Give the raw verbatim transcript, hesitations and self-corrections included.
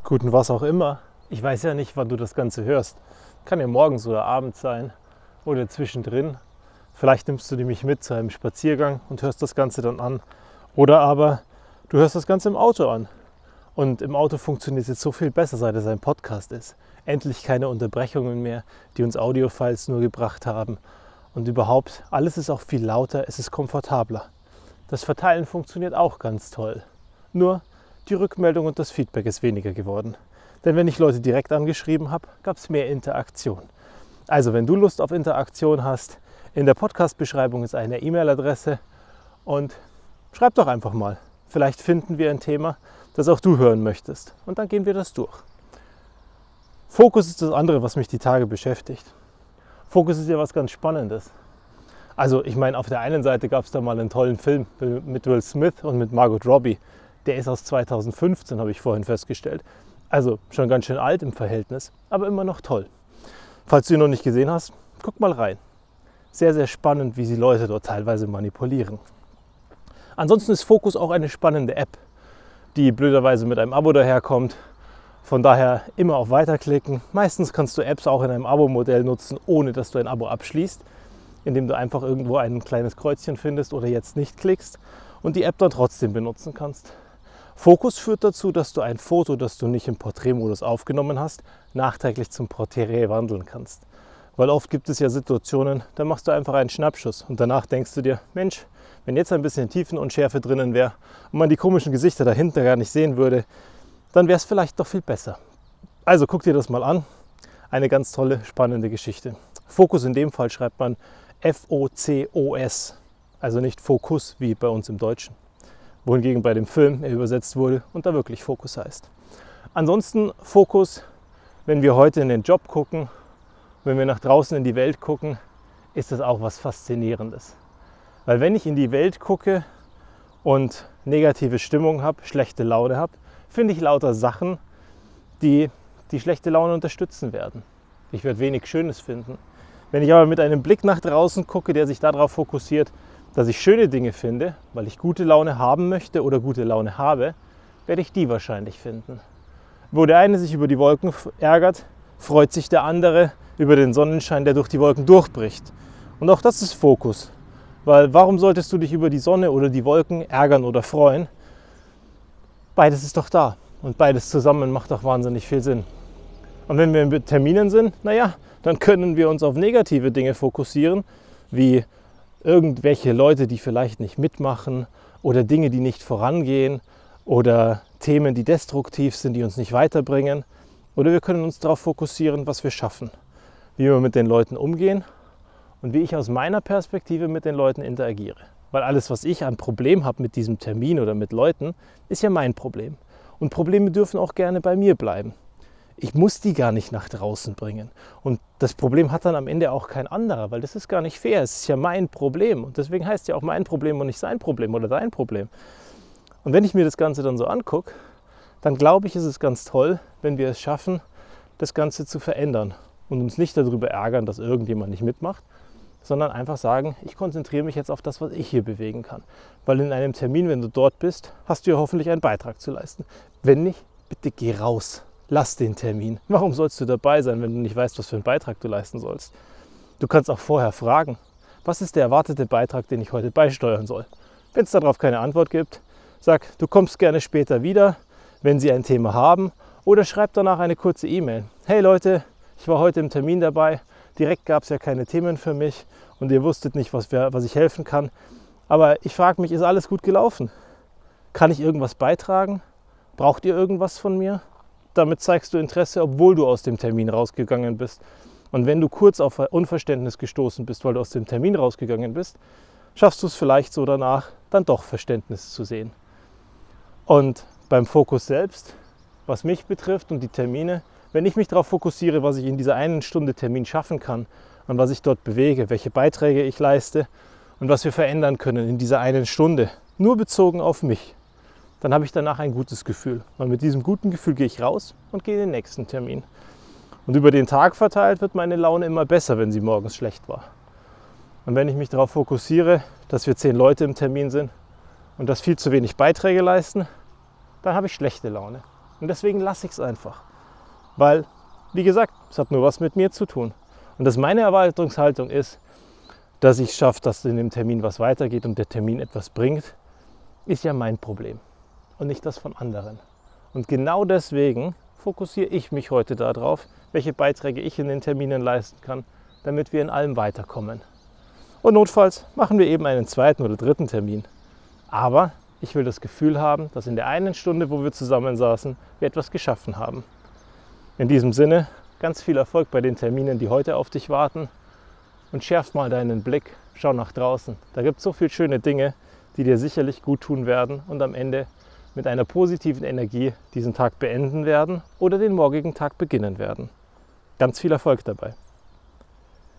guten was auch immer. Ich weiß ja nicht, wann du das Ganze hörst. Kann ja morgens oder abends sein oder zwischendrin. Vielleicht nimmst du mich mit zu einem Spaziergang und hörst das Ganze dann an. Oder aber du hörst das Ganze im Auto an. Und im Auto funktioniert es jetzt so viel besser, seit es ein Podcast ist. Endlich keine Unterbrechungen mehr, die uns Audiofiles nur gebracht haben. Und überhaupt, alles ist auch viel lauter, es ist komfortabler. Das Verteilen funktioniert auch ganz toll. Nur die Rückmeldung und das Feedback ist weniger geworden. Denn wenn ich Leute direkt angeschrieben habe, gab es mehr Interaktion. Also wenn du Lust auf Interaktion hast, in der Podcast-Beschreibung ist eine E-Mail-Adresse und schreib doch einfach mal. Vielleicht finden wir ein Thema, das auch du hören möchtest. Und dann gehen wir das durch. Fokus ist das andere, was mich die Tage beschäftigt. Fokus ist ja was ganz Spannendes. Also ich meine, auf der einen Seite gab es da mal einen tollen Film mit Will Smith und mit Margot Robbie. Der ist aus zweitausendfünfzehn, habe ich vorhin festgestellt. Also schon ganz schön alt im Verhältnis, aber immer noch toll. Falls du ihn noch nicht gesehen hast, guck mal rein. Sehr, sehr spannend, wie sie Leute dort teilweise manipulieren. Ansonsten ist Fokus auch eine spannende App, die blöderweise mit einem Abo daherkommt. Von daher immer auf Weiterklicken. Meistens kannst du Apps auch in einem Abo-Modell nutzen, ohne dass du ein Abo abschließt, indem du einfach irgendwo ein kleines Kreuzchen findest oder jetzt nicht klickst und die App dann trotzdem benutzen kannst. Fokus führt dazu, dass du ein Foto, das du nicht im Porträtmodus aufgenommen hast, nachträglich zum Porträt wandeln kannst. Weil oft gibt es ja Situationen, da machst du einfach einen Schnappschuss und danach denkst du dir, Mensch, wenn jetzt ein bisschen Tiefenunschärfe drinnen wäre und man die komischen Gesichter dahinter gar nicht sehen würde, dann wäre es vielleicht doch viel besser. Also guck dir das mal an. Eine ganz tolle, spannende Geschichte. Fokus in dem Fall schreibt man F O C O S, also nicht Fokus wie bei uns im Deutschen. Wohingegen bei dem Film er übersetzt wurde und da wirklich Fokus heißt. Ansonsten Fokus, wenn wir heute in den Job gucken, wenn wir nach draußen in die Welt gucken, ist das auch was Faszinierendes. Weil wenn ich in die Welt gucke und negative Stimmung habe, schlechte Laune habe, finde ich lauter Sachen, die die schlechte Laune unterstützen werden. Ich werde wenig Schönes finden. Wenn ich aber mit einem Blick nach draußen gucke, der sich darauf fokussiert, dass ich schöne Dinge finde, weil ich gute Laune haben möchte oder gute Laune habe, werde ich die wahrscheinlich finden. Wo der eine sich über die Wolken ärgert, freut sich der andere über den Sonnenschein, der durch die Wolken durchbricht. Und auch das ist Fokus. Weil warum solltest du dich über die Sonne oder die Wolken ärgern oder freuen? Beides ist doch da. Und beides zusammen macht doch wahnsinnig viel Sinn. Und wenn wir in Terminen sind, naja, dann können wir uns auf negative Dinge fokussieren, wie irgendwelche Leute, die vielleicht nicht mitmachen oder Dinge, die nicht vorangehen oder Themen, die destruktiv sind, die uns nicht weiterbringen. Oder wir können uns darauf fokussieren, was wir schaffen, wie wir mit den Leuten umgehen und wie ich aus meiner Perspektive mit den Leuten interagiere. Weil alles, was ich an Problem habe mit diesem Termin oder mit Leuten, ist ja mein Problem. Und Probleme dürfen auch gerne bei mir bleiben. Ich muss die gar nicht nach draußen bringen. Und das Problem hat dann am Ende auch kein anderer, weil das ist gar nicht fair. Es ist ja mein Problem. Und deswegen heißt es ja auch mein Problem und nicht sein Problem oder dein Problem. Und wenn ich mir das Ganze dann so angucke, dann glaube ich, ist es ganz toll, wenn wir es schaffen, das Ganze zu verändern. Und uns nicht darüber ärgern, dass irgendjemand nicht mitmacht, sondern einfach sagen, ich konzentriere mich jetzt auf das, was ich hier bewegen kann. Weil in einem Termin, wenn du dort bist, hast du ja hoffentlich einen Beitrag zu leisten. Wenn nicht, bitte geh raus. Lass den Termin. Warum sollst du dabei sein, wenn du nicht weißt, was für einen Beitrag du leisten sollst? Du kannst auch vorher fragen, was ist der erwartete Beitrag, den ich heute beisteuern soll? Wenn es darauf keine Antwort gibt, sag, du kommst gerne später wieder, wenn sie ein Thema haben, oder schreib danach eine kurze E-Mail. Hey Leute, ich war heute im Termin dabei, direkt gab es ja keine Themen für mich und ihr wusstet nicht, was, wir, was ich helfen kann. Aber ich frage mich, ist alles gut gelaufen? Kann ich irgendwas beitragen? Braucht ihr irgendwas von mir? Damit zeigst du Interesse, obwohl du aus dem Termin rausgegangen bist. Und wenn du kurz auf Unverständnis gestoßen bist, weil du aus dem Termin rausgegangen bist, schaffst du es vielleicht so danach, dann doch Verständnis zu sehen. Und beim Fokus selbst, was mich betrifft und die Termine, wenn ich mich darauf fokussiere, was ich in dieser einen Stunde Termin schaffen kann und was ich dort bewege, welche Beiträge ich leiste und was wir verändern können in dieser einen Stunde, nur bezogen auf mich, dann habe ich danach ein gutes Gefühl. Und mit diesem guten Gefühl gehe ich raus und gehe in den nächsten Termin. Und über den Tag verteilt wird meine Laune immer besser, wenn sie morgens schlecht war. Und wenn ich mich darauf fokussiere, dass wir zehn Leute im Termin sind und dass viel zu wenig Beiträge leisten, dann habe ich schlechte Laune. Und deswegen lasse ich es einfach. Weil, wie gesagt, es hat nur was mit mir zu tun. Und dass meine Erwartungshaltung ist, dass ich es schaffe, dass in dem Termin was weitergeht und der Termin etwas bringt, ist ja mein Problem und nicht das von anderen. Und genau deswegen fokussiere ich mich heute darauf, welche Beiträge ich in den Terminen leisten kann, damit wir in allem weiterkommen. Und notfalls machen wir eben einen zweiten oder dritten Termin. Aber ich will das Gefühl haben, dass in der einen Stunde, wo wir zusammensaßen, wir etwas geschaffen haben. In diesem Sinne, ganz viel Erfolg bei den Terminen, die heute auf dich warten. Und schärf mal deinen Blick, schau nach draußen. Da gibt es so viele schöne Dinge, die dir sicherlich gut tun werden und am Ende mit einer positiven Energie diesen Tag beenden werden oder den morgigen Tag beginnen werden. Ganz viel Erfolg dabei.